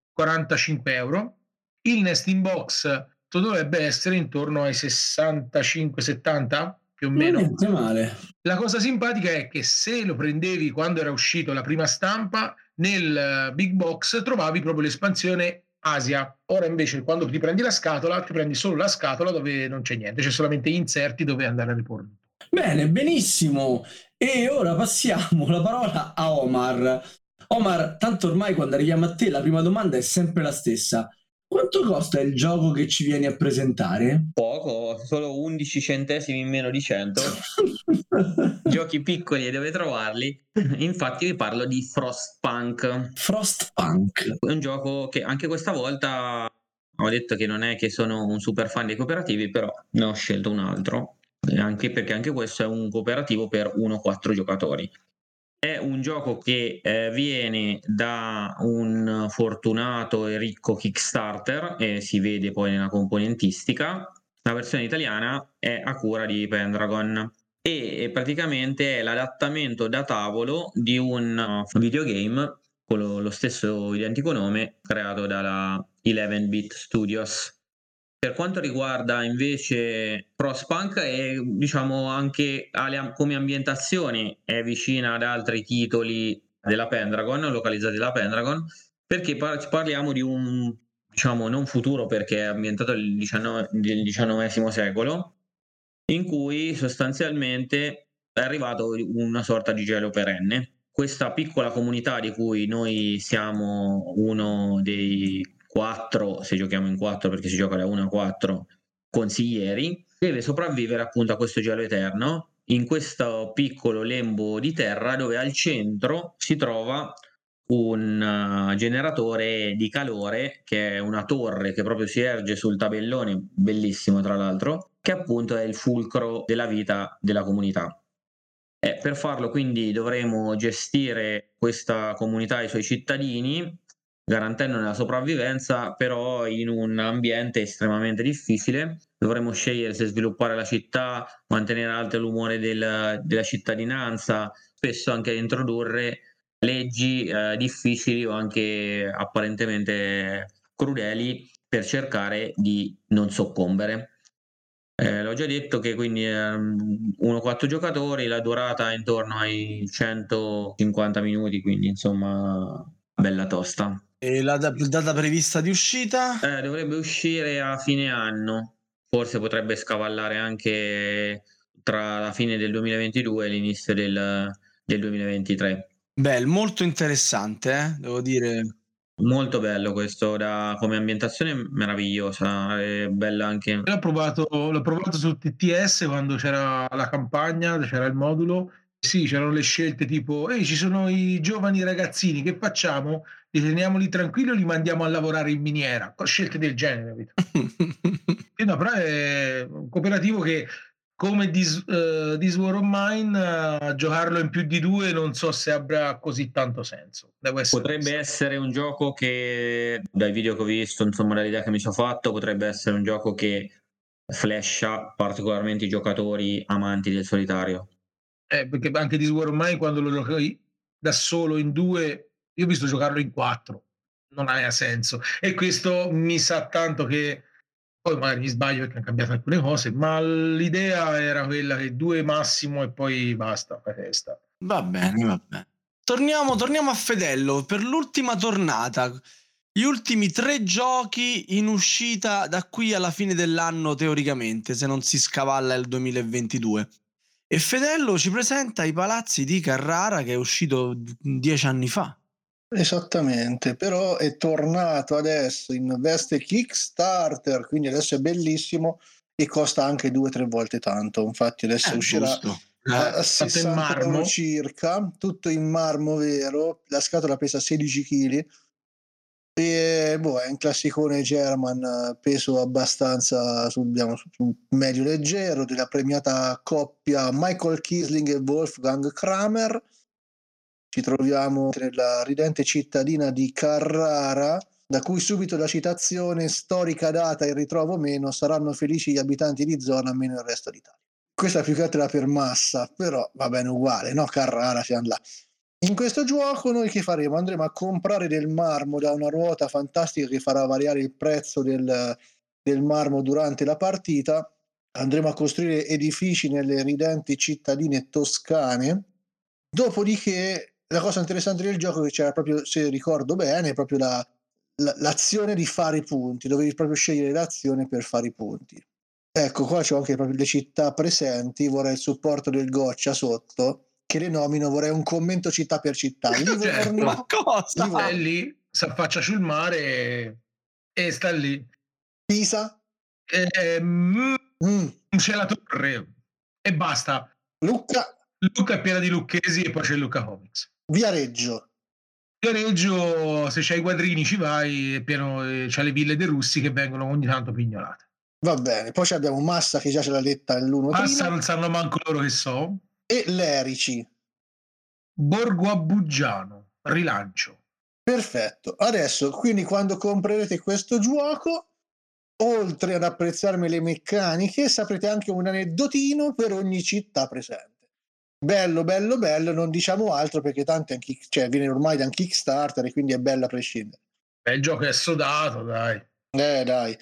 45 euro. Il nesting box dovrebbe essere intorno ai 65-70 più o meno. Niente male. La cosa simpatica è che se lo prendevi quando era uscito la prima stampa, nel big box trovavi proprio l'espansione Asia. Ora invece quando ti prendi la scatola, ti prendi solo la scatola dove non c'è niente, c'è solamente inserti dove andare a riporre. Bene, benissimo. E ora passiamo la parola a Omar. Omar, tanto ormai quando arriviamo a te la prima domanda è sempre la stessa. Quanto costa il gioco che ci vieni a presentare? Poco, solo 11 centesimi in meno di 100. Giochi piccoli e dove trovarli? Infatti vi parlo di Frostpunk. Frostpunk. È un gioco che anche questa volta ho detto che non è che sono un super fan dei cooperativi, però ne ho scelto un altro, anche perché anche questo è un cooperativo per 1-4 giocatori. È un gioco che viene da un fortunato e ricco Kickstarter e si vede poi nella componentistica. La versione italiana è a cura di Pendragon e praticamente è l'adattamento da tavolo di un videogame con lo stesso identico nome creato dalla 11-Bit Studios. Per quanto riguarda invece Frostpunk, è, diciamo, anche come ambientazione è vicina ad altri titoli della Pendragon, localizzati dalla Pendragon, perché parliamo di un, diciamo, non futuro perché è ambientato nel XIX secolo, in cui sostanzialmente è arrivato una sorta di gelo perenne. Questa piccola comunità di cui noi siamo uno dei 4, se giochiamo in 4 perché si gioca da 1 a 4 consiglieri, deve sopravvivere appunto a questo gelo eterno in questo piccolo lembo di terra dove al centro si trova un generatore di calore che è una torre che proprio si erge sul tabellone, bellissimo tra l'altro, che appunto è il fulcro della vita della comunità. Per farlo quindi dovremo gestire questa comunità e i suoi cittadini, garantendone la sopravvivenza, però in un ambiente estremamente difficile. Dovremo scegliere se sviluppare la città, mantenere alto l'umore della cittadinanza, spesso anche introdurre leggi difficili o anche apparentemente crudeli per cercare di non soccombere. L'ho già detto che quindi 1-4 giocatori, la durata è intorno ai 150 minuti, quindi insomma bella tosta. E la data prevista di uscita? Dovrebbe uscire a fine anno, forse potrebbe scavallare anche tra la fine del 2022 e l'inizio del 2023. Beh, molto interessante, devo dire. Molto bello questo, come ambientazione meravigliosa, è bella anche. L'ho provato su TTS quando c'era la campagna, c'era il modulo. Sì, c'erano le scelte tipo: "Ehi, ci sono i giovani ragazzini, che facciamo? Li teniamoli tranquilli o li mandiamo a lavorare in miniera?" Scelte del genere, capito? Sì, no, però è un cooperativo che, come This War of Mine, giocarlo in più di 2 non so se avrà così tanto senso. Potrebbe essere un gioco che, dai video che ho visto, insomma dall'idea che mi sono fatto, potrebbe essere un gioco che flasha particolarmente i giocatori amanti del solitario. Perché anche This War of Mine quando lo giocai da solo in 2, io ho visto giocarlo in 4, non aveva senso. E questo mi sa tanto che, poi magari mi sbaglio perché han cambiato alcune cose, ma l'idea era quella che 2 massimo e poi basta, fai festa. Va bene, va bene. Torniamo a Fedello per l'ultima tornata. Gli ultimi 3 giochi in uscita da qui alla fine dell'anno, teoricamente, se non si scavalla il 2022. E Fedello ci presenta I Palazzi di Carrara, che è uscito 10 anni fa. Esattamente, però è tornato adesso in veste Kickstarter, quindi adesso è bellissimo e costa anche 2-3 volte tanto. Infatti adesso uscirà a 60 euro circa, tutto in marmo vero, la scatola pesa 16 kg e è un classicone German, peso abbastanza sul medio leggero, della premiata coppia Michael Kisling e Wolfgang Kramer. Ci troviamo nella ridente cittadina di Carrara, da cui subito la citazione: "Storica data, il ritrovo meno, saranno felici gli abitanti di zona, meno il resto d'Italia". Questa più che altro era per massa, però va bene uguale, no? Carrara, siamo là. In questo gioco noi che faremo? Andremo a comprare del marmo da una ruota fantastica che farà variare il prezzo del marmo durante la partita. Andremo a costruire edifici nelle ridenti cittadine toscane. Dopodiché la cosa interessante del gioco è che c'era proprio, se ricordo bene, proprio l'azione di fare i punti, dovevi proprio scegliere l'azione per fare i punti. Ecco, qua c'ho anche proprio le città presenti, vorrei il supporto del Goccia sotto, che le nomino, vorrei un commento città per città. Livorno, Ma cosa? Livorno. È lì, si affaccia sul mare e sta lì. Pisa, C'è la torre e basta. Lucca, Lucca è piena di lucchesi e poi c'è Lucca Comics. Viareggio. Viareggio, se c'hai i quadrini ci vai, è pieno, c'ha le ville dei russi che vengono ogni tanto pignolate. Va bene, poi abbiamo Massa che già ce l'ha letta l'1 Massa prima, non sanno manco loro che so. e Lerici. Borgo Abuggiano, rilancio. Perfetto. Adesso, quindi quando comprerete questo gioco, oltre ad apprezzarmi le meccaniche, saprete anche un aneddotino per ogni città presente. Bello, bello, bello, non diciamo altro perché tanto è viene ormai da un Kickstarter e quindi è bello a prescindere. Il gioco è sodato, dai. Dai.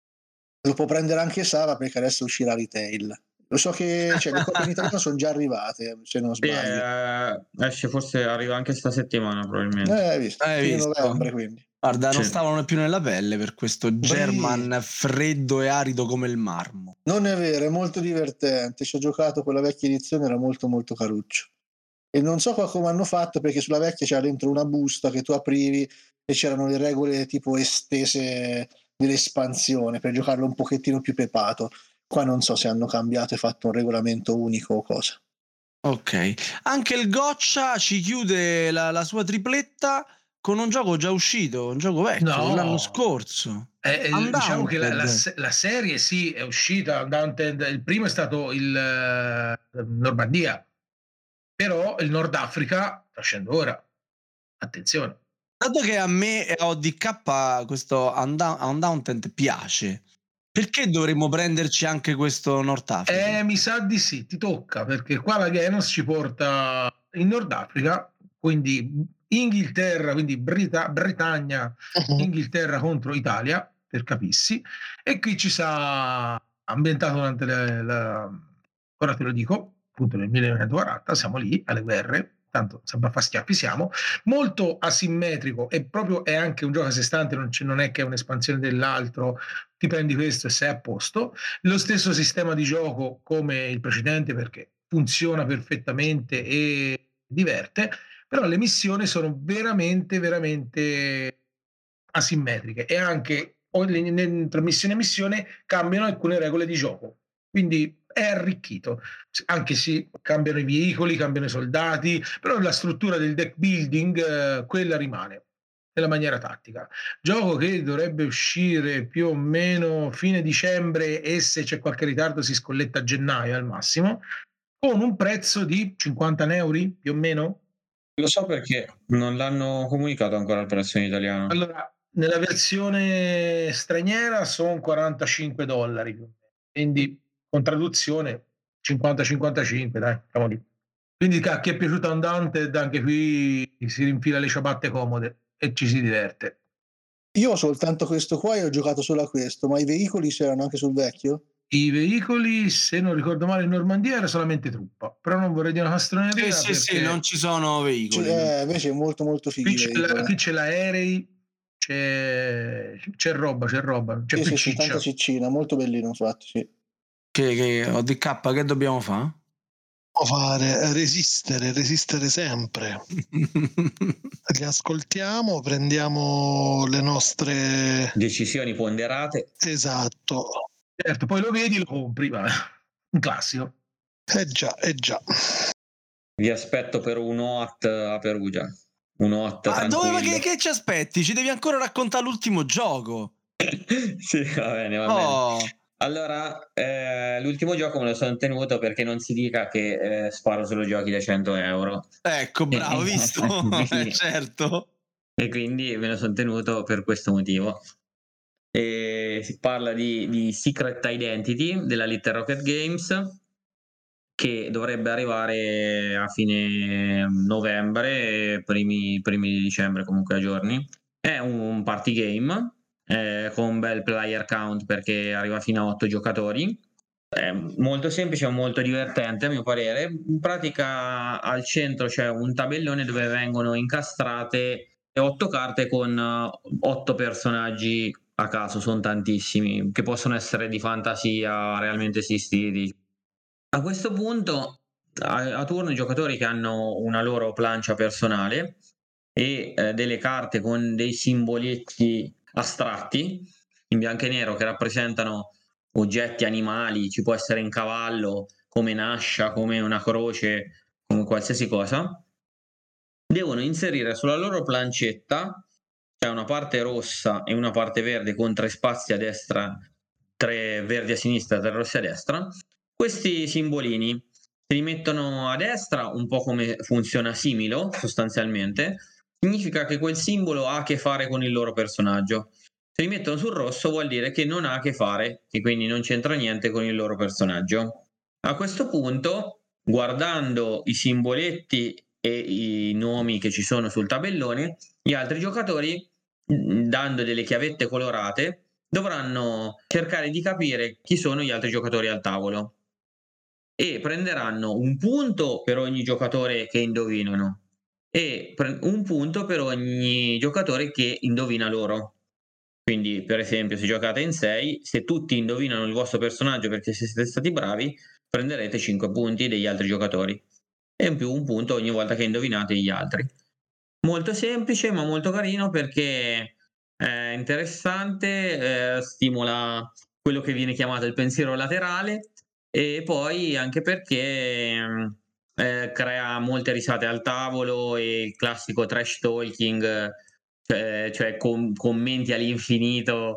Lo può prendere anche Sava perché adesso uscirà retail. Lo so che le copie in italiano sono già arrivate, se non sbaglio. Esce, forse arriva anche sta settimana probabilmente. Hai visto? Fine visto? novembre, quindi. Guarda, non stavano più nella pelle per questo German freddo e arido come il marmo. Non è vero, è molto divertente. Ci ho giocato con la vecchia edizione, era molto molto caruccio. E non so come hanno fatto perché sulla vecchia c'era dentro una busta che tu aprivi e c'erano le regole tipo estese dell'espansione per giocarlo un pochettino più pepato. Qua non so se hanno cambiato e fatto un regolamento unico o cosa. Ok, anche il Goccia ci chiude la sua tripletta con un gioco già uscito, un gioco vecchio dell'anno scorso. Diciamo che la serie sì è uscita. Il primo è stato il Normandia, però il Nord Africa sta scendendo ora. Attenzione. Dato che a me e a ODK questo Undaunted piace, perché dovremmo prenderci anche questo Nord Africa? Mi sa di sì, ti tocca, perché qua la Genos ci porta in Nord Africa, quindi Inghilterra, quindi Britannia, Inghilterra contro Italia, per capissi, e qui ci sa ambientato durante ora te lo dico, appunto nel 1940, siamo lì alle guerre, tanto sempre a fa schiaffi siamo, molto asimmetrico e proprio è anche un gioco a sé stante, non è che è un'espansione dell'altro, ti prendi questo e sei a posto. Lo stesso sistema di gioco come il precedente perché funziona perfettamente e diverte, però le missioni sono veramente veramente asimmetriche e anche tra missione e missione cambiano alcune regole di gioco, quindi è arricchito, anche se cambiano i veicoli, cambiano i soldati, però la struttura del deck building quella rimane nella maniera tattica. Gioco che dovrebbe uscire più o meno fine dicembre e se c'è qualche ritardo si scolletta a gennaio al massimo, con un prezzo di 50 euro più o meno. Lo so perché non l'hanno comunicato ancora il prezzo in italiano. Allora, nella versione straniera sono $45, quindi con traduzione 50-55, dai, siamo lì. Quindi a chi è piaciuto Undaunted anche qui si rinfila le ciabatte comode e ci si diverte. Io ho soltanto questo qua e ho giocato solo a questo, ma i veicoli c'erano anche sul vecchio? I veicoli, se non ricordo male, in Normandia era solamente truppa, però non vorrei dire una castroneria. Sì, non ci sono veicoli. Invece è molto molto figo. Qui c'è l'aerei, c'è roba, c'è sì, tanta ciccina, molto bellino infatti, sì. Che ODK, che dobbiamo fare? Resistere sempre. Li ascoltiamo, prendiamo le nostre decisioni ponderate. Esatto. Certo, poi lo vedi e lo compri, un classico. Già. Vi aspetto per un OAT a Perugia. Un OAT dove che ci aspetti? Ci devi ancora raccontare l'ultimo gioco. Sì, va bene. Allora, l'ultimo gioco me lo sono tenuto perché non si dica che sparo solo giochi da 100 euro. Ecco, bravo, visto? Certo. E quindi me lo sono tenuto per questo motivo. E si parla di Secret Identity della Little Rocket Games, che dovrebbe arrivare a fine novembre, primi di dicembre, comunque a giorni. È un party game con un bel player count perché arriva fino a 8 giocatori. È molto semplice, molto divertente a mio parere. In pratica al centro c'è un tabellone dove vengono incastrate 8 carte con 8 personaggi a caso, sono tantissimi, che possono essere di fantasia, realmente esistiti. A questo punto, a turno i giocatori che hanno una loro plancia personale e delle carte con dei simboletti astratti in bianco e nero che rappresentano oggetti, animali, ci può essere un cavallo, come un'ascia, come una croce, come qualsiasi cosa, devono inserire sulla loro plancetta, c'è una parte rossa e una parte verde con 3 spazi a destra, 3 verdi a sinistra, 3 rossi a destra, questi simbolini se li mettono a destra, un po' come funziona Similo sostanzialmente, significa che quel simbolo ha a che fare con il loro personaggio. Se li mettono sul rosso vuol dire che non ha a che fare, che quindi non c'entra niente con il loro personaggio. A questo punto, guardando i simboletti e i nomi che ci sono sul tabellone, gli altri giocatori, dando delle chiavette colorate, dovranno cercare di capire chi sono gli altri giocatori al tavolo e prenderanno un punto per ogni giocatore che indovinano e un punto per ogni giocatore che indovina loro. Quindi, per esempio, se giocate in 6, se tutti indovinano il vostro personaggio perché siete stati bravi, prenderete 5 punti degli altri giocatori e in più un punto ogni volta che indovinate gli altri. Molto semplice, ma molto carino perché è interessante, stimola quello che viene chiamato il pensiero laterale e poi anche perché crea molte risate al tavolo e il classico trash talking, cioè commenti all'infinito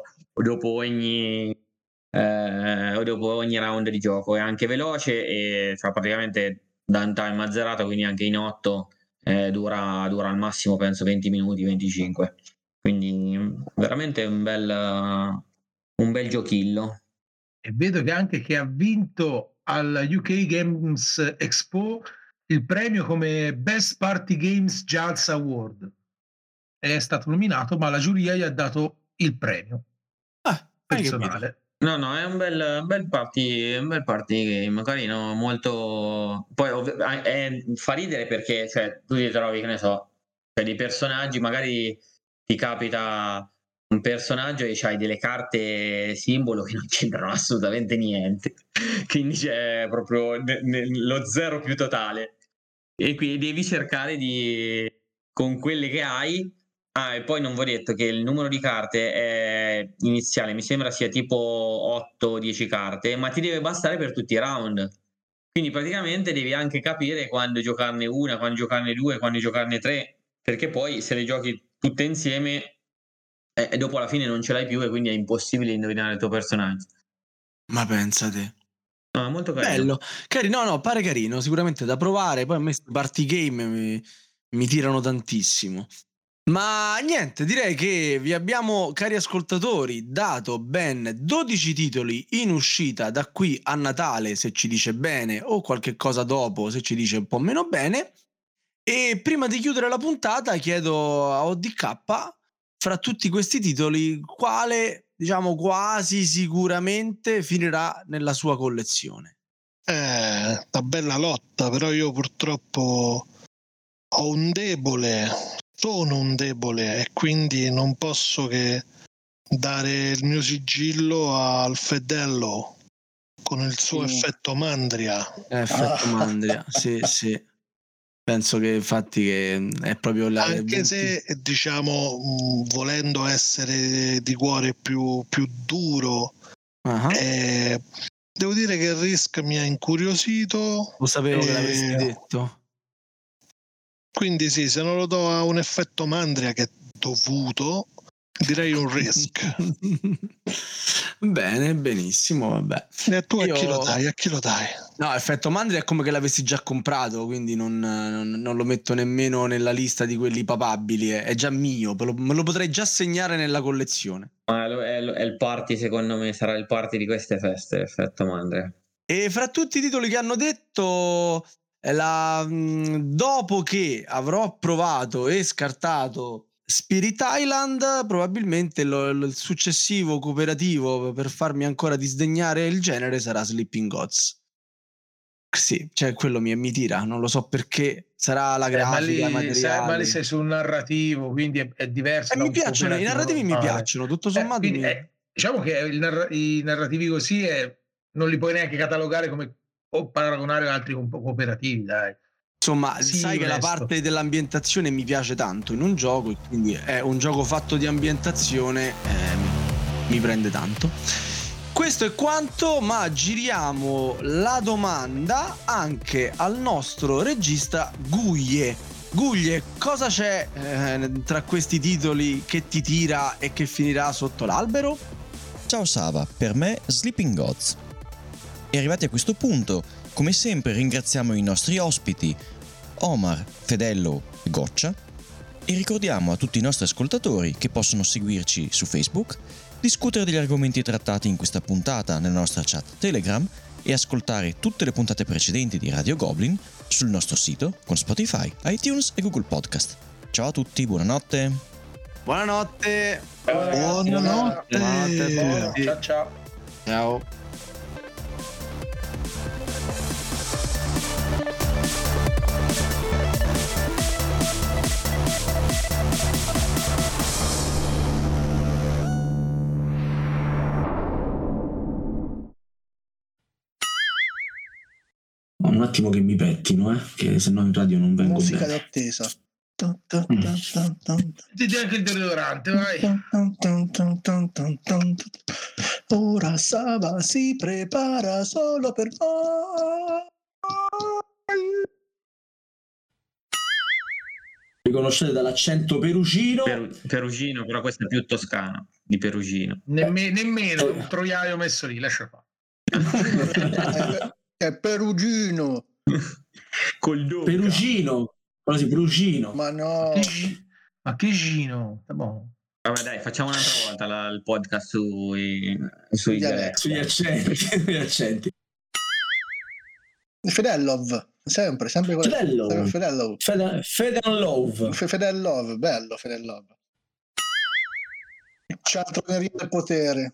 dopo ogni round di gioco. È anche veloce e cioè, praticamente downtime azzerato, quindi anche in 8 dura al massimo penso 20 minuti, 25. Quindi veramente un bel giochillo. E vedo che anche che ha vinto al UK Games Expo il premio come Best Party Games Jazz Award. È stato nominato, ma la giuria gli ha dato il premio personale. No, è un bel party game, carino, molto. Poi fa ridere perché, cioè, tu ti trovi, che ne so, cioè, dei personaggi, magari ti capita un personaggio e c'hai delle carte simbolo che non c'entrano assolutamente niente. Quindi c'è proprio lo zero più totale. E qui devi cercare con quelle che hai. E poi non vi ho detto che il numero di carte è iniziale, mi sembra sia tipo 8-10 carte, ma ti deve bastare per tutti i round. Quindi praticamente devi anche capire quando giocarne una, quando giocarne due, quando giocarne tre, perché poi se le giochi tutte insieme, dopo alla fine non ce l'hai più e quindi è impossibile indovinare il tuo personaggio. Ma pensate. No, molto carino. Bello, carino, no, pare carino, sicuramente da provare. Poi a me questi party game mi tirano tantissimo. Ma niente, direi che vi abbiamo, cari ascoltatori, dato ben 12 titoli in uscita da qui a Natale, se ci dice bene, o qualche cosa dopo, se ci dice un po' meno bene. E prima di chiudere la puntata chiedo a ODK, fra tutti questi titoli, quale, diciamo, quasi sicuramente finirà nella sua collezione? Una bella lotta, però io purtroppo sono un debole e quindi non posso che dare il mio sigillo al Fedello con il suo effetto Mandria. Effetto Mandria, sì. Penso che infatti che è proprio la... Anche se, diciamo, volendo essere di cuore più duro, devo dire che il Risk mi ha incuriosito. Lo sapevo che l'avresti detto. Quindi sì, se non lo do a un effetto Mandria che è dovuto, direi un Risk. Bene, benissimo, vabbè. E tu a chi lo dai? No, effetto Mandria è come che l'avessi già comprato, quindi non lo metto nemmeno nella lista di quelli papabili, è già mio, me lo potrei già segnare nella collezione. È il party, secondo me, sarà il party di queste feste, effetto Mandria. E fra tutti i titoli che hanno detto, dopo che avrò provato e scartato Spirit Island, probabilmente il successivo cooperativo per farmi ancora disdegnare il genere sarà Sleeping Gods. Sì, cioè quello mi tira, non lo so perché, sarà la grafica, i materiali. Ma lì sei sul narrativo, quindi è diverso. Mi piacciono, i narrativi mi piacciono, tutto sommato. Diciamo che i narrativi così non li puoi neanche catalogare come o paragonare a altri cooperativi, dai. Insomma, sì, sai che la parte dell'ambientazione mi piace tanto in un gioco, e quindi è un gioco fatto di ambientazione, mi prende tanto. Questo è quanto, ma giriamo la domanda anche al nostro regista Guglie. Guglie, cosa c'è tra questi titoli che ti tira e che finirà sotto l'albero? Ciao Sava, per me Sleeping Gods. E arrivati a questo punto, come sempre ringraziamo i nostri ospiti Omar, Fedello e Goccia, e ricordiamo a tutti i nostri ascoltatori che possono seguirci su Facebook, discutere degli argomenti trattati in questa puntata nella nostra chat Telegram e ascoltare tutte le puntate precedenti di Radio Goblin sul nostro sito con Spotify, iTunes e Google Podcast. Ciao a tutti, buonanotte. Buonanotte. Buonanotte. Buonanotte a tutti. Ciao ciao. Ciao. Un attimo che mi pettino, che se no in radio non vengo musica bene. d'attesa. Dite anche il deodorante, vai. Ora Sava si prepara solo per voi. Riconoscete dall'accento perugino. Perugino, però questo è più toscano di Perugino. Nemmeno un troiaio messo lì, lascia fare. È perugino. Col doppio. Perugino, quasi perugino. Ma no. Ma che gino, sta buono. Vabbè dai, facciamo un'altra volta il podcast sugli dialetti. Sugli accenti. Fedellov, sempre quello. Fedellov. Fedellov, bello Fedellov. Cialtroneria del potere.